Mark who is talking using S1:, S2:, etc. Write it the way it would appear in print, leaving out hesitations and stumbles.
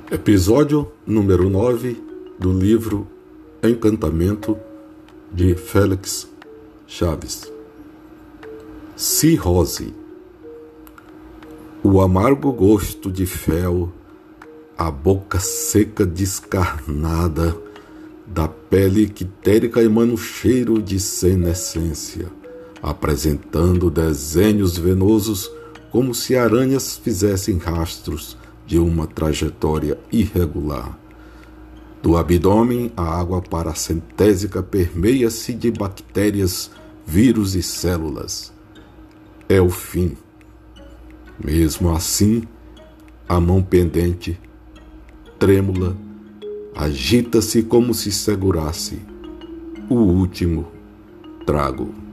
S1: Episódio número 9 do livro Encantamento, de Félix Chaves. Cirrose. O amargo gosto de fel, a boca seca descarnada, da pele ictérica emana o cheiro de senescência, apresentando desenhos venosos como se aranhas fizessem rastros de uma trajetória irregular. Do abdômen, a água paracentésica permeia-se de bactérias, vírus e células. É o fim. Mesmo assim, a mão pendente, trêmula, agita-se como se segurasse o último trago.